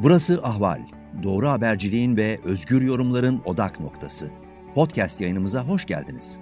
Burası Ahval. Doğru haberciliğin ve özgür yorumların odak noktası. Podcast yayınımıza hoş geldiniz.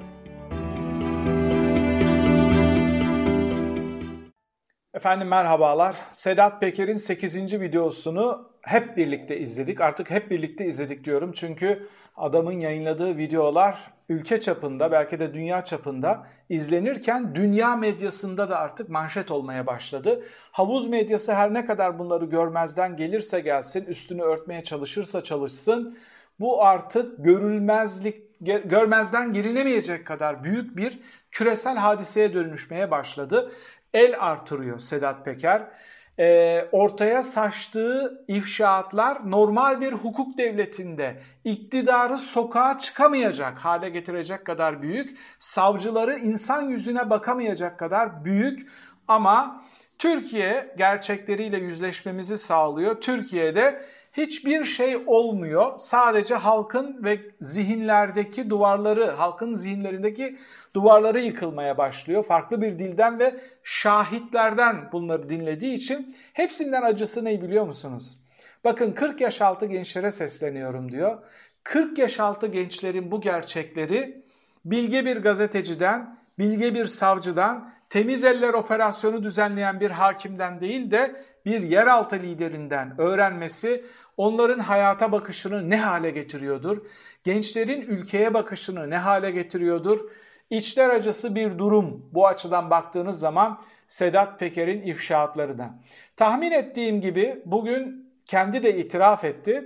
Efendim merhabalar. Sedat Peker'in 8. videosunu hep birlikte izledik. Artık hep birlikte izledik diyorum. Çünkü adamın yayınladığı videolar ülke çapında, belki de dünya çapında izlenirken dünya medyasında da artık manşet olmaya başladı. Havuz medyası her ne kadar bunları görmezden gelirse gelsin, üstünü örtmeye çalışırsa çalışsın, bu artık görmezden gelinemeyecek kadar büyük bir küresel hadiseye dönüşmeye başladı. El artırıyor Sedat Peker. Ortaya saçtığı ifşaatlar normal bir hukuk devletinde iktidarı sokağa çıkamayacak hale getirecek kadar büyük, savcıları insan yüzüne bakamayacak kadar büyük ama Türkiye gerçekleriyle yüzleşmemizi sağlıyor. Türkiye'de hiçbir şey olmuyor. Sadece halkın ve zihinlerdeki duvarları, halkın zihinlerindeki duvarları yıkılmaya başlıyor. Farklı bir dilden ve şahitlerden bunları dinlediği için hepsinden acısı ne biliyor musunuz? Bakın 40 yaş altı gençlere sesleniyorum diyor. 40 yaş altı gençlerin bu gerçekleri bilge bir gazeteciden, bilge bir savcıdan, temiz eller operasyonu düzenleyen bir hakimden değil de bir yeraltı liderinden öğrenmesi onların hayata bakışını ne hale getiriyordur? Gençlerin ülkeye bakışını ne hale getiriyordur? İçler acısı bir durum bu açıdan baktığınız zaman Sedat Peker'in ifşaatlarına. Tahmin ettiğim gibi bugün kendi de itiraf etti.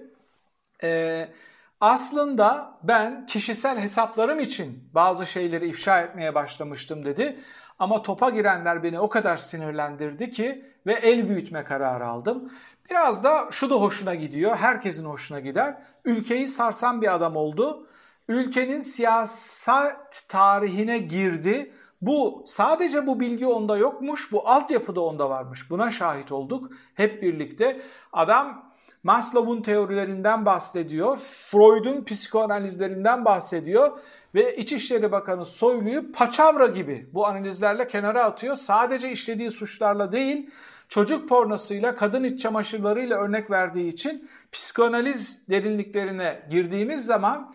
Aslında ben kişisel hesaplarım için bazı şeyleri ifşa etmeye başlamıştım dedi. Ama topa girenler beni o kadar sinirlendirdi ki ve el büyütme kararı aldım. Biraz da şu da hoşuna gidiyor, herkesin hoşuna gider. Ülkeyi sarsan bir adam oldu. Ülkenin siyaset tarihine girdi. Sadece bu bilgi onda yokmuş, bu altyapı da onda varmış. Buna şahit olduk hep birlikte. Adam Maslow'un teorilerinden bahsediyor, Freud'un psikoanalizlerinden bahsediyor ve İçişleri Bakanı Soylu'yu paçavra gibi bu analizlerle kenara atıyor. Sadece işlediği suçlarla değil, çocuk pornosuyla, kadın iç çamaşırlarıyla örnek verdiği için psikoanaliz derinliklerine girdiğimiz zaman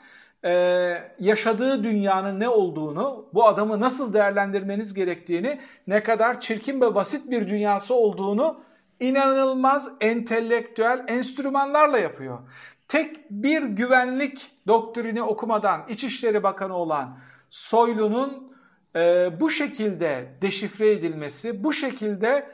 yaşadığı dünyanın ne olduğunu, bu adamı nasıl değerlendirmeniz gerektiğini, ne kadar çirkin ve basit bir dünyası olduğunu inanılmaz entelektüel enstrümanlarla yapıyor. Tek bir güvenlik doktrini okumadan İçişleri Bakanı olan Soylu'nun bu şekilde deşifre edilmesi, bu şekilde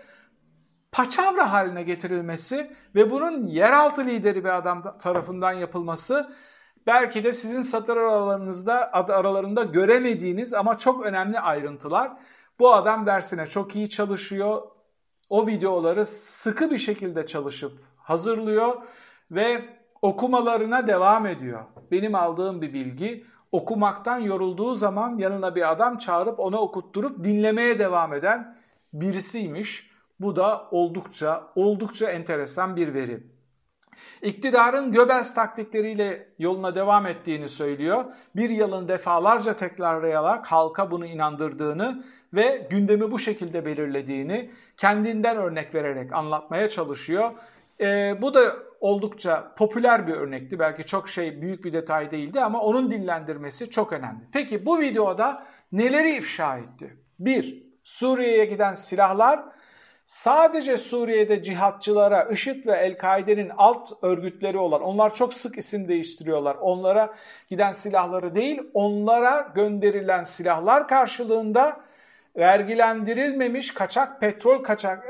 paçavra haline getirilmesi ve bunun yeraltı lideri bir adam tarafından yapılması belki de sizin satır aralarında göremediğiniz ama çok önemli ayrıntılar. Bu adam dersine çok iyi çalışıyor. O videoları sıkı bir şekilde çalışıp hazırlıyor ve okumalarına devam ediyor. Benim aldığım bir bilgi, okumaktan yorulduğu zaman yanına bir adam çağırıp ona okutturup dinlemeye devam eden birisiymiş. Bu da oldukça enteresan bir veri. İktidarın Göbels taktikleriyle yoluna devam ettiğini söylüyor. Bir yılın defalarca tekrarlayarak halka bunu inandırdığını ve gündemi bu şekilde belirlediğini kendinden örnek vererek anlatmaya çalışıyor. Bu da oldukça popüler bir örnekti. Belki çok büyük bir detay değildi ama onun dillendirmesi çok önemli. Peki bu videoda neleri ifşa etti? 1. Suriye'ye giden silahlar. Sadece Suriye'de cihatçılara, IŞİD ve El-Kaide'nin alt örgütleri olan, onlar çok sık isim değiştiriyorlar. Onlara giden silahları değil, onlara gönderilen silahlar karşılığında vergilendirilmemiş kaçak petrol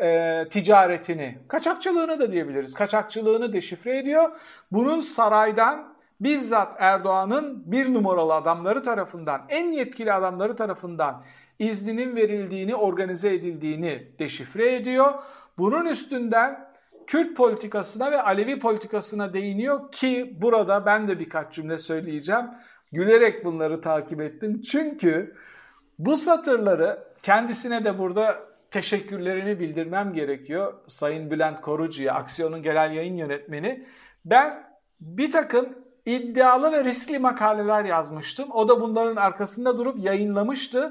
ticaretini, kaçakçılığını da diyebiliriz, kaçakçılığını deşifre ediyor. Bunun saraydan bizzat Erdoğan'ın bir numaralı adamları tarafından, en yetkili adamları tarafından izninin verildiğini, organize edildiğini deşifre ediyor. Bunun üstünden Kürt politikasına ve Alevi politikasına değiniyor ki burada ben de birkaç cümle söyleyeceğim. Gülerek bunları takip ettim. Çünkü bu satırları kendisine de burada teşekkürlerimi bildirmem gerekiyor. Sayın Bülent Korucu'ya, Aksiyon'un genel yayın yönetmeni. Ben bir takım iddialı ve riskli makaleler yazmıştım. O da bunların arkasında durup yayınlamıştı.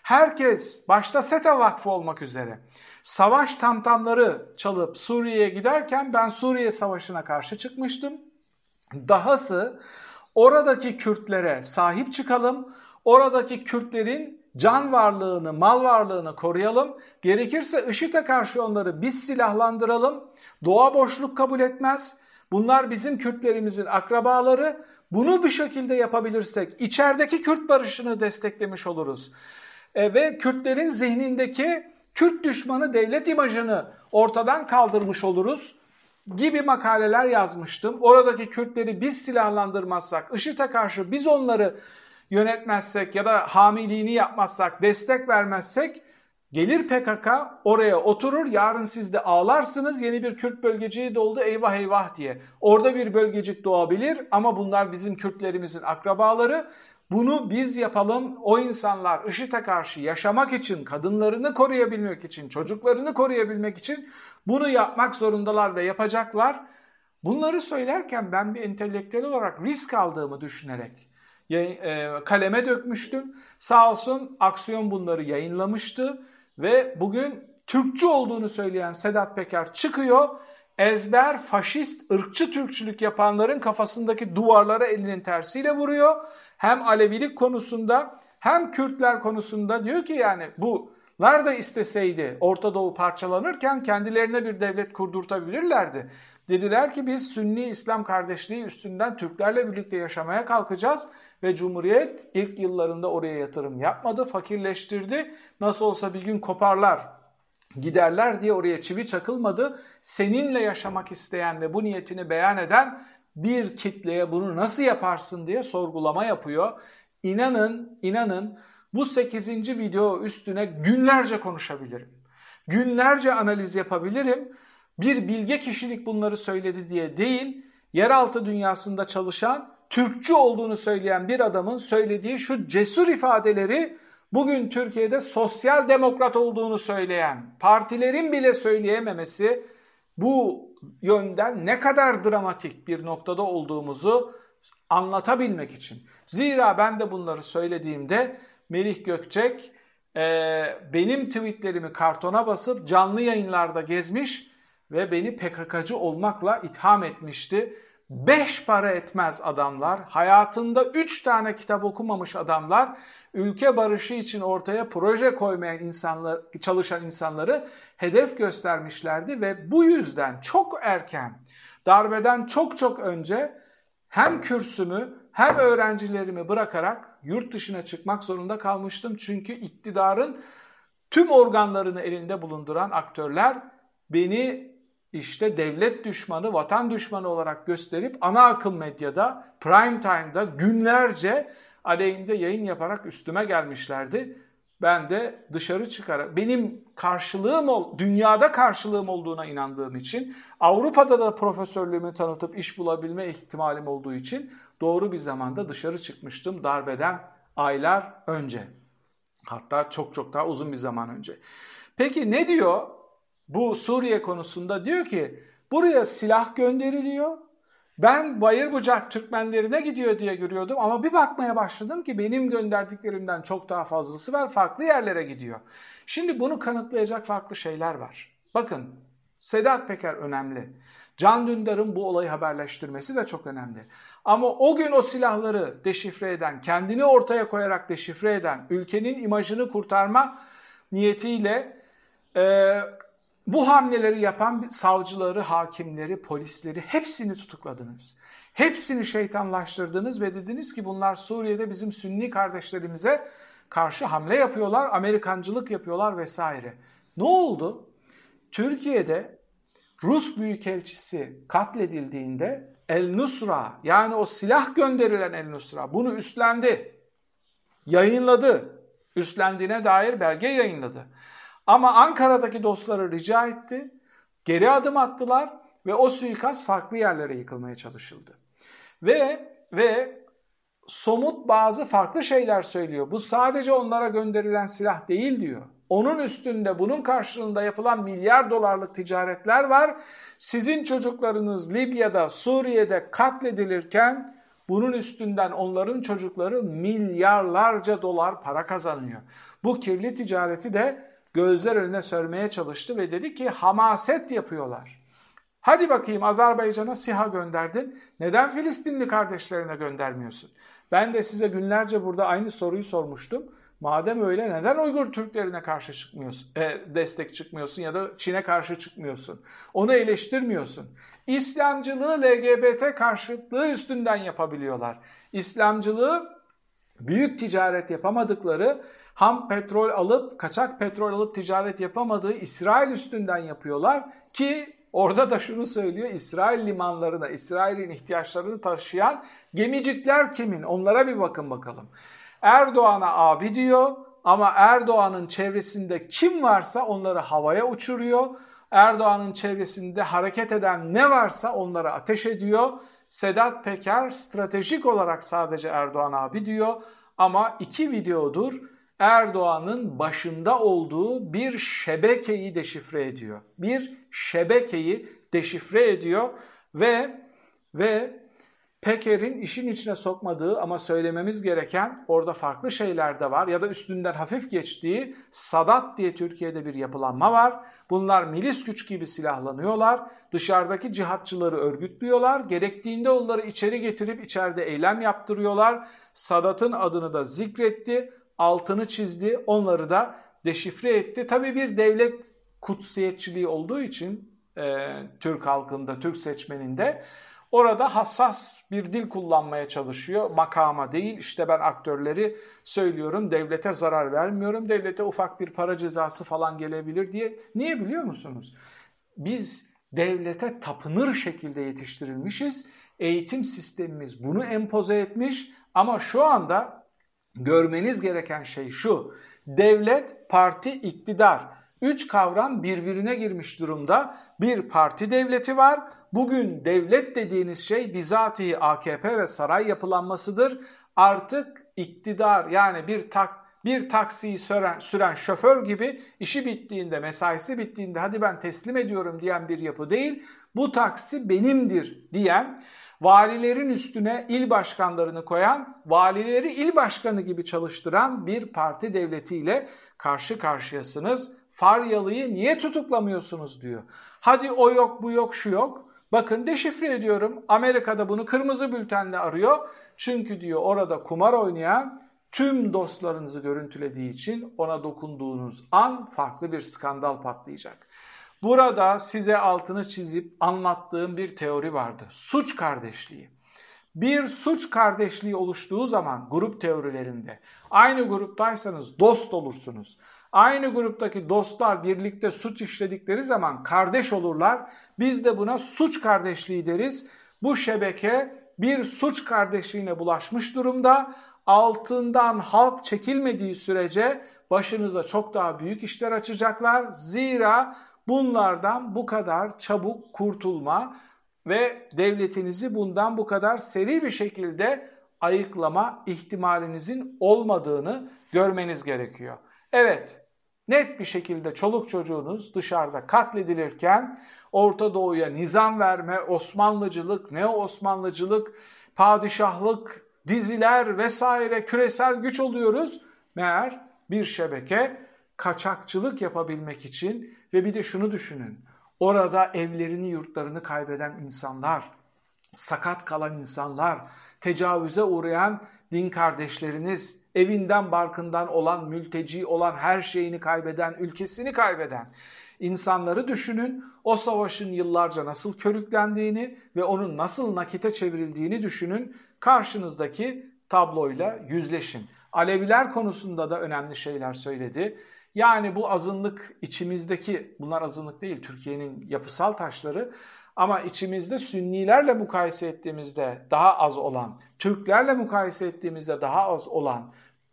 herkes, başta SETA Vakfı olmak üzere, savaş tamtamları çalıp Suriye'ye giderken ben Suriye Savaşı'na karşı çıkmıştım. Dahası oradaki Kürtlere sahip çıkalım, oradaki Kürtlerin can varlığını, mal varlığını koruyalım. Gerekirse IŞİD'e karşı onları biz silahlandıralım. Doğa boşluk kabul etmez. Bunlar bizim Kürtlerimizin akrabaları. Bunu bir şekilde yapabilirsek içerideki Kürt barışını desteklemiş oluruz. Ve Kürtlerin zihnindeki Kürt düşmanı devlet imajını ortadan kaldırmış oluruz gibi makaleler yazmıştım. Oradaki Kürtleri biz silahlandırmazsak, IŞİD'e karşı biz onları yönetmezsek ya da hamiliğini yapmazsak, destek vermezsek gelir PKK oraya oturur. Yarın siz de ağlarsınız, yeni bir Kürt bölgeciği doğdu eyvah eyvah diye. Orada bir bölgecik doğabilir ama bunlar bizim Kürtlerimizin akrabaları. Bunu biz yapalım. O insanlar IŞİD'e karşı yaşamak için, kadınlarını koruyabilmek için, çocuklarını koruyabilmek için bunu yapmak zorundalar ve yapacaklar. Bunları söylerken ben bir entelektüel olarak risk aldığımı düşünerek kaleme dökmüştüm. Sağ olsun Aksiyon bunları yayınlamıştı ve bugün Türkçü olduğunu söyleyen Sedat Peker çıkıyor. Ezber, faşist, ırkçı Türkçülük yapanların kafasındaki duvarlara elinin tersiyle vuruyor. Hem Alevilik konusunda hem Kürtler konusunda diyor ki yani bunlar da isteseydi Orta Doğu parçalanırken kendilerine bir devlet kurdurtabilirlerdi. Dediler ki biz Sünni İslam kardeşliği üstünden Türklerle birlikte yaşamaya kalkacağız ve Cumhuriyet ilk yıllarında oraya yatırım yapmadı, fakirleştirdi. Nasıl olsa bir gün koparlar, giderler diye oraya çivi çakılmadı. Seninle yaşamak isteyen ve bu niyetini beyan eden bir kitleye bunu nasıl yaparsın diye sorgulama yapıyor. İnanın bu 8. video üstüne günlerce konuşabilirim. Günlerce analiz yapabilirim. Bir bilge kişilik bunları söyledi diye değil, yeraltı dünyasında çalışan, Türkçü olduğunu söyleyen bir adamın söylediği şu cesur ifadeleri bugün Türkiye'de sosyal demokrat olduğunu söyleyen partilerin bile söyleyememesi bu yönden ne kadar dramatik bir noktada olduğumuzu anlatabilmek için. Zira ben de bunları söylediğimde Melih Gökçek benim tweetlerimi kartona basıp canlı yayınlarda gezmiş ve beni PKK'cı olmakla itham etmişti. 5 para etmez adamlar, hayatında 3 tane kitap okumamış adamlar, ülke barışı için ortaya proje koymayan çalışan insanları hedef göstermişlerdi ve bu yüzden çok erken, darbeden çok önce hem kürsümü hem öğrencilerimi bırakarak yurt dışına çıkmak zorunda kalmıştım. Çünkü iktidarın tüm organlarını elinde bulunduran aktörler beni işte devlet düşmanı, vatan düşmanı olarak gösterip ana akım medyada, prime time'da günlerce aleyhimde yayın yaparak üstüme gelmişlerdi. Ben de dışarı çıkarak, benim karşılığım, dünyada karşılığım olduğuna inandığım için, Avrupa'da da profesörlüğümü tanıtıp iş bulabilme ihtimalim olduğu için doğru bir zamanda dışarı çıkmıştım darbeden aylar önce. Hatta çok daha uzun bir zaman önce. Peki ne diyor? Bu Suriye konusunda diyor ki buraya silah gönderiliyor. Ben Bayırbucak Türkmenlerine gidiyor diye görüyordum ama bir bakmaya başladım ki benim gönderdiklerimden çok daha fazlası var, farklı yerlere gidiyor. Şimdi bunu kanıtlayacak farklı şeyler var. Bakın Sedat Peker önemli. Can Dündar'ın bu olayı haberleştirmesi de çok önemli. Ama o gün o silahları deşifre eden, kendini ortaya koyarak deşifre eden, ülkenin imajını kurtarma niyetiyle bu hamleleri yapan savcıları, hakimleri, polisleri hepsini tutukladınız. Hepsini şeytanlaştırdınız ve dediniz ki bunlar Suriye'de bizim Sünni kardeşlerimize karşı hamle yapıyorlar, Amerikancılık yapıyorlar vesaire. Ne oldu? Türkiye'de Rus Büyükelçisi katledildiğinde El-Nusra, yani o silah gönderilen El-Nusra bunu üstlendi, yayınladı. Üstlendiğine dair belge yayınladı. Ama Ankara'daki dostları rica etti, geri adım attılar ve o suikast farklı yerlere yıkılmaya çalışıldı. Ve somut bazı farklı şeyler söylüyor. Bu sadece onlara gönderilen silah değil diyor. Onun üstünde, bunun karşılığında yapılan milyar dolarlık ticaretler var. Sizin çocuklarınız Libya'da, Suriye'de katledilirken bunun üstünden onların çocukları milyarlarca dolar para kazanıyor. Bu kirli ticareti de gözler önüne sürmeye çalıştı ve dedi ki hamaset yapıyorlar. Hadi bakayım Azerbaycan'a SİHA gönderdin. Neden Filistinli kardeşlerine göndermiyorsun? Ben de size günlerce burada aynı soruyu sormuştum. Madem öyle neden Uygur Türklerine karşı çıkmıyorsun, destek çıkmıyorsun ya da Çin'e karşı çıkmıyorsun? Onu eleştirmiyorsun. İslamcılığı LGBT karşıtlığı üstünden yapabiliyorlar. İslamcılığı büyük ticaret yapamadıkları, ham petrol alıp, kaçak petrol alıp ticaret yapamadığı İsrail üstünden yapıyorlar ki orada da şunu söylüyor, İsrail limanlarına, İsrail'in ihtiyaçlarını taşıyan gemicikler kimin? Onlara bir bakın bakalım. Erdoğan'a abi diyor ama Erdoğan'ın çevresinde kim varsa onları havaya uçuruyor. Erdoğan'ın çevresinde hareket eden ne varsa onlara ateş ediyor. Sedat Peker stratejik olarak sadece Erdoğan abi diyor ama 2 videodur Erdoğan'ın başında olduğu bir şebekeyi deşifre ediyor. Bir şebekeyi deşifre ediyor ve Peker'in işin içine sokmadığı ama söylememiz gereken orada farklı şeyler de var ya da üstünden hafif geçtiği Sadat diye Türkiye'de bir yapılanma var. Bunlar milis güç gibi silahlanıyorlar. Dışarıdaki cihatçıları örgütlüyorlar. Gerektiğinde onları içeri getirip içeride eylem yaptırıyorlar. Sadat'ın adını da zikretti, altını çizdi, onları da deşifre etti. Tabii bir devlet kutsiyetçiliği olduğu için Türk halkında, Türk seçmeninde orada hassas bir dil kullanmaya çalışıyor. Makama değil, işte ben aktörleri söylüyorum, devlete zarar vermiyorum, devlete ufak bir para cezası falan gelebilir diye. Niye biliyor musunuz? Biz devlete tapınır şekilde yetiştirilmişiz. Eğitim sistemimiz bunu empoze etmiş ama şu anda görmeniz gereken şey şu. Devlet, parti, iktidar. 3 kavram birbirine girmiş durumda. Bir parti devleti var. Bugün devlet dediğiniz şey bizatihi AKP ve saray yapılanmasıdır. Artık iktidar yani bir taksiyi süren şoför gibi işi bittiğinde, mesaisi bittiğinde hadi ben teslim ediyorum diyen bir yapı değil. Bu taksi benimdir diyen, valilerin üstüne il başkanlarını koyan, valileri il başkanı gibi çalıştıran bir parti devletiyle karşı karşıyasınız. Faryalı'yı niye tutuklamıyorsunuz diyor. Hadi o yok, bu yok, şu yok. Bakın deşifre ediyorum. Amerika'da bunu kırmızı bültenle arıyor. Çünkü diyor orada kumar oynayan tüm dostlarınızı görüntülediği için ona dokunduğunuz an farklı bir skandal patlayacak. Burada size altını çizip anlattığım bir teori vardı. Suç kardeşliği. Bir suç kardeşliği oluştuğu zaman grup teorilerinde aynı gruptaysanız dost olursunuz. Aynı gruptaki dostlar birlikte suç işledikleri zaman kardeş olurlar. Biz de buna suç kardeşliği deriz. Bu şebeke bir suç kardeşliğine bulaşmış durumda. Altından halk çekilmediği sürece başınıza çok daha büyük işler açacaklar. Zira bunlardan bu kadar çabuk kurtulma ve devletinizi bundan bu kadar seri bir şekilde ayıklama ihtimalinizin olmadığını görmeniz gerekiyor. Evet, net bir şekilde çoluk çocuğunuz dışarıda katledilirken Orta Doğu'ya nizam verme, Osmanlıcılık, Neo-Osmanlıcılık, padişahlık, diziler vesaire küresel güç oluyoruz. Meğer bir şebeke kaçakçılık yapabilmek için ve bir de şunu düşünün. Orada evlerini, yurtlarını kaybeden insanlar, sakat kalan insanlar, tecavüze uğrayan din kardeşleriniz, evinden barkından olan, mülteci olan, her şeyini kaybeden, ülkesini kaybeden insanları düşünün. O savaşın yıllarca nasıl körüklendiğini ve onun nasıl nakite çevrildiğini düşünün. Karşınızdaki tabloyla yüzleşin. Aleviler konusunda da önemli şeyler söyledi. Yani bu azınlık içimizdeki, bunlar azınlık değil Türkiye'nin yapısal taşları ama içimizde Sünnilerle mukayese ettiğimizde daha az olan, Türklerle mukayese ettiğimizde daha az olan,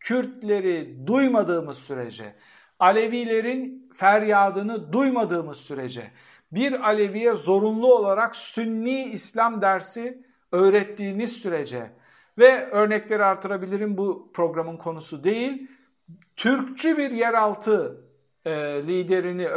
Kürtleri duymadığımız sürece, Alevilerin feryadını duymadığımız sürece, bir Aleviye zorunlu olarak Sünni İslam dersi öğrettiğiniz sürece ve örnekleri artırabilirim, bu programın konusu değil, Türkçü bir yeraltı liderini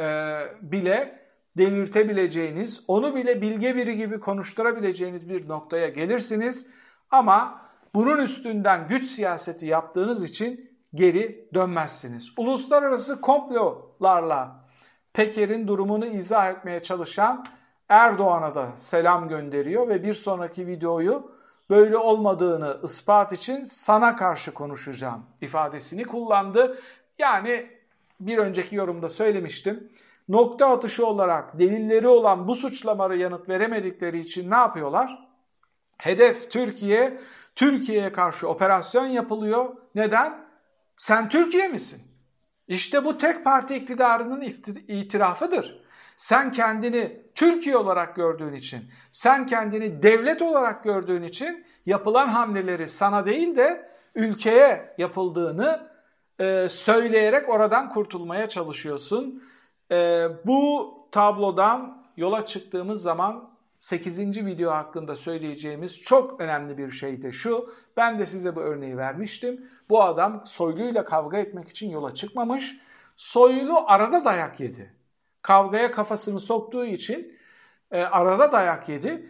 bile delirtebileceğiniz, onu bile bilge biri gibi konuşturabileceğiniz bir noktaya gelirsiniz. Ama bunun üstünden güç siyaseti yaptığınız için geri dönmezsiniz. Uluslararası komplolarla Peker'in durumunu izah etmeye çalışan Erdoğan'a da selam gönderiyor ve bir sonraki videoyu böyle olmadığını ispat için sana karşı konuşacağım ifadesini kullandı. Yani bir önceki yorumda söylemiştim. Nokta atışı olarak delilleri olan bu suçlamalara yanıt veremedikleri için ne yapıyorlar? Hedef Türkiye, Türkiye'ye karşı operasyon yapılıyor. Neden? Sen Türkiye misin? İşte bu tek parti iktidarının itirafıdır. Sen kendini Türkiye olarak gördüğün için, sen kendini devlet olarak gördüğün için yapılan hamleleri sana değil de ülkeye yapıldığını söyleyerek oradan kurtulmaya çalışıyorsun. Bu tablodan yola çıktığımız zaman 8. video hakkında söyleyeceğimiz çok önemli bir şey de şu. Ben de size bu örneği vermiştim. Bu adam Soylu'yla kavga etmek için yola çıkmamış. Soylu arada dayak yedi. Kavgaya kafasını soktuğu için arada dayak yedi.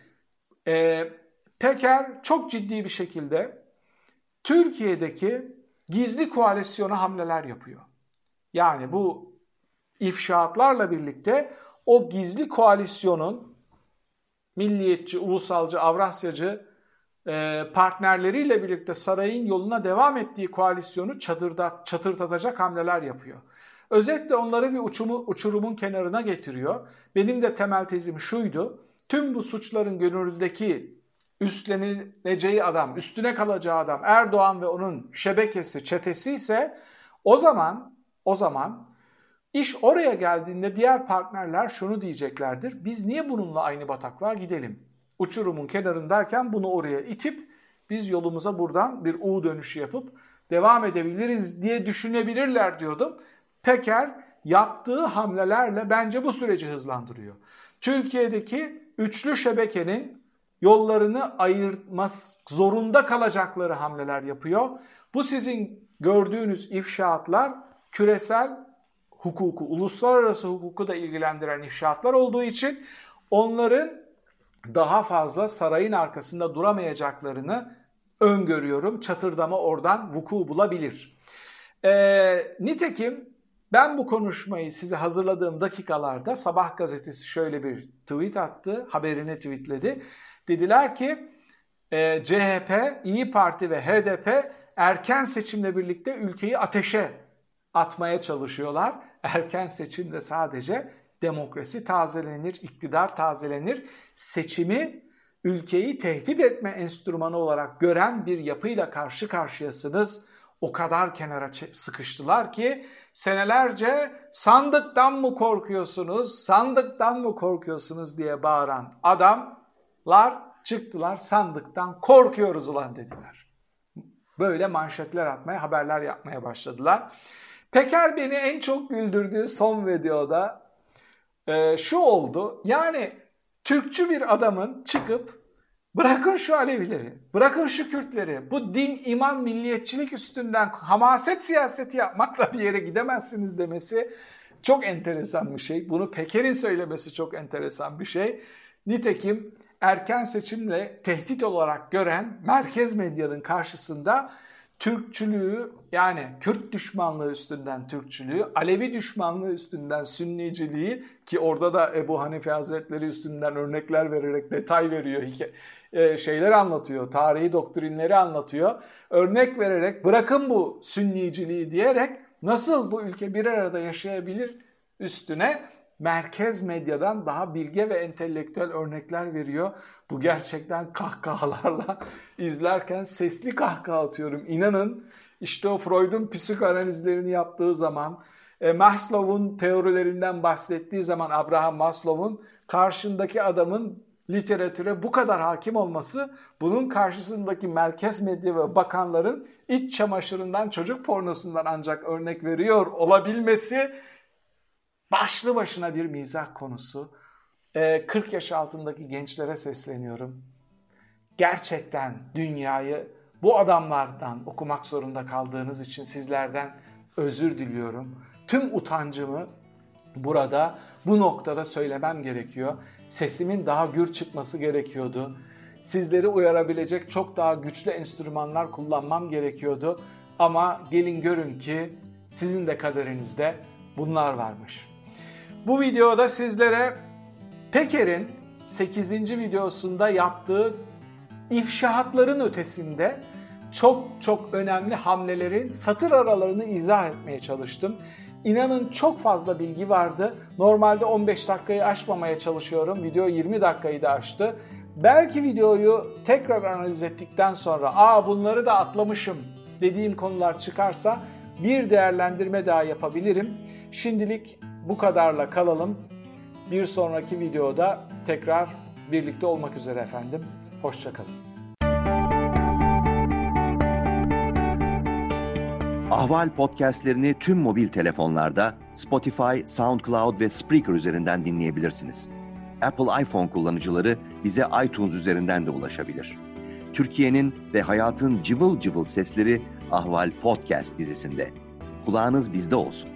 Peker çok ciddi bir şekilde Türkiye'deki gizli koalisyona hamleler yapıyor. Yani bu ifşaatlarla birlikte o gizli koalisyonun milliyetçi, ulusalcı, Avrasyacı partnerleriyle birlikte sarayın yoluna devam ettiği koalisyonu çatırdatacak hamleler yapıyor. Özetle onları bir uçurumun kenarına getiriyor. Benim de temel tezim şuydu. Tüm bu suçların gönüllüdeki üstleneceği adam, üstüne kalacağı adam Erdoğan ve onun şebekesi, çetesi ise o zaman iş oraya geldiğinde diğer partnerler şunu diyeceklerdir. Biz niye bununla aynı bataklığa gidelim? Uçurumun kenarındayken bunu oraya itip biz yolumuza buradan bir U dönüşü yapıp devam edebiliriz diye düşünebilirler diyordum. Peker yaptığı hamlelerle bence bu süreci hızlandırıyor. Türkiye'deki üçlü şebekenin yollarını ayırmak zorunda kalacakları hamleler yapıyor. Bu sizin gördüğünüz ifşaatlar küresel hukuku, uluslararası hukuku da ilgilendiren ifşaatlar olduğu için onların daha fazla sarayın arkasında duramayacaklarını öngörüyorum. Çatırdama oradan vuku bulabilir. Nitekim ben bu konuşmayı size hazırladığım dakikalarda Sabah gazetesi şöyle bir tweet attı, haberini tweetledi. Dediler ki CHP, İyi Parti ve HDP erken seçimle birlikte ülkeyi ateşe atmaya çalışıyorlar. Erken seçimde sadece demokrasi tazelenir, iktidar tazelenir. Seçimi ülkeyi tehdit etme enstrümanı olarak gören bir yapıyla karşı karşıyasınız. O kadar kenara sıkıştılar ki senelerce sandıktan mı korkuyorsunuz, sandıktan mı korkuyorsunuz diye bağıran adamlar çıktılar, sandıktan korkuyoruz ulan dediler. Böyle manşetler atmaya, haberler yapmaya başladılar. Peker beni en çok güldürdüğü son videoda şu oldu. Yani Türkçü bir adamın çıkıp bırakın şu Alevileri, bırakın şu Kürtleri, bu din, iman, milliyetçilik üstünden hamaset siyaseti yapmakla bir yere gidemezsiniz demesi çok enteresan bir şey. Bunu Peker'in söylemesi çok enteresan bir şey. Nitekim erken seçimle tehdit olarak gören merkez medyanın karşısında Türkçülüğü, yani Kürt düşmanlığı üstünden Türkçülüğü, Alevi düşmanlığı üstünden Sünniciliği, ki orada da Ebu Hanife Hazretleri üstünden örnekler vererek detay veriyor, şeyler anlatıyor, tarihi doktrinleri anlatıyor. Örnek vererek bırakın bu Sünniciliği diyerek nasıl bu ülke bir arada yaşayabilir üstüne merkez medyadan daha bilge ve entelektüel örnekler veriyor. Bu gerçekten kahkahalarla izlerken sesli kahkaha atıyorum. İnanın işte o Freud'un psikoanalizlerini yaptığı zaman, Maslow'un teorilerinden bahsettiği zaman Abraham Maslow'un karşındaki adamın literatüre bu kadar hakim olması, bunun karşısındaki merkez medya ve bakanların iç çamaşırından, çocuk pornosundan ancak örnek veriyor olabilmesi başlı başına bir mizah konusu. 40 yaş altındaki gençlere sesleniyorum. Gerçekten dünyayı bu adamlardan okumak zorunda kaldığınız için sizlerden özür diliyorum. Tüm utancımı burada, bu noktada söylemem gerekiyor. Sesimin daha gür çıkması gerekiyordu. Sizleri uyarabilecek çok daha güçlü enstrümanlar kullanmam gerekiyordu. Ama gelin görün ki sizin de kaderinizde bunlar varmış. Bu videoda sizlere Peker'in 8. videosunda yaptığı ifşaatların ötesinde çok önemli hamlelerin satır aralarını izah etmeye çalıştım. İnanın çok fazla bilgi vardı. Normalde 15 dakikayı aşmamaya çalışıyorum. Video 20 dakikayı da aştı. Belki videoyu tekrar analiz ettikten sonra bunları da atlamışım dediğim konular çıkarsa bir değerlendirme daha yapabilirim. Şimdilik bu kadarla kalalım. Bir sonraki videoda tekrar birlikte olmak üzere efendim. Hoşça kalın. Ahval podcastlerini tüm mobil telefonlarda Spotify, SoundCloud ve Spreaker üzerinden dinleyebilirsiniz. Apple iPhone kullanıcıları bize iTunes üzerinden de ulaşabilir. Türkiye'nin ve hayatın cıvıl cıvıl sesleri Ahval Podcast dizisinde. Kulağınız bizde olsun.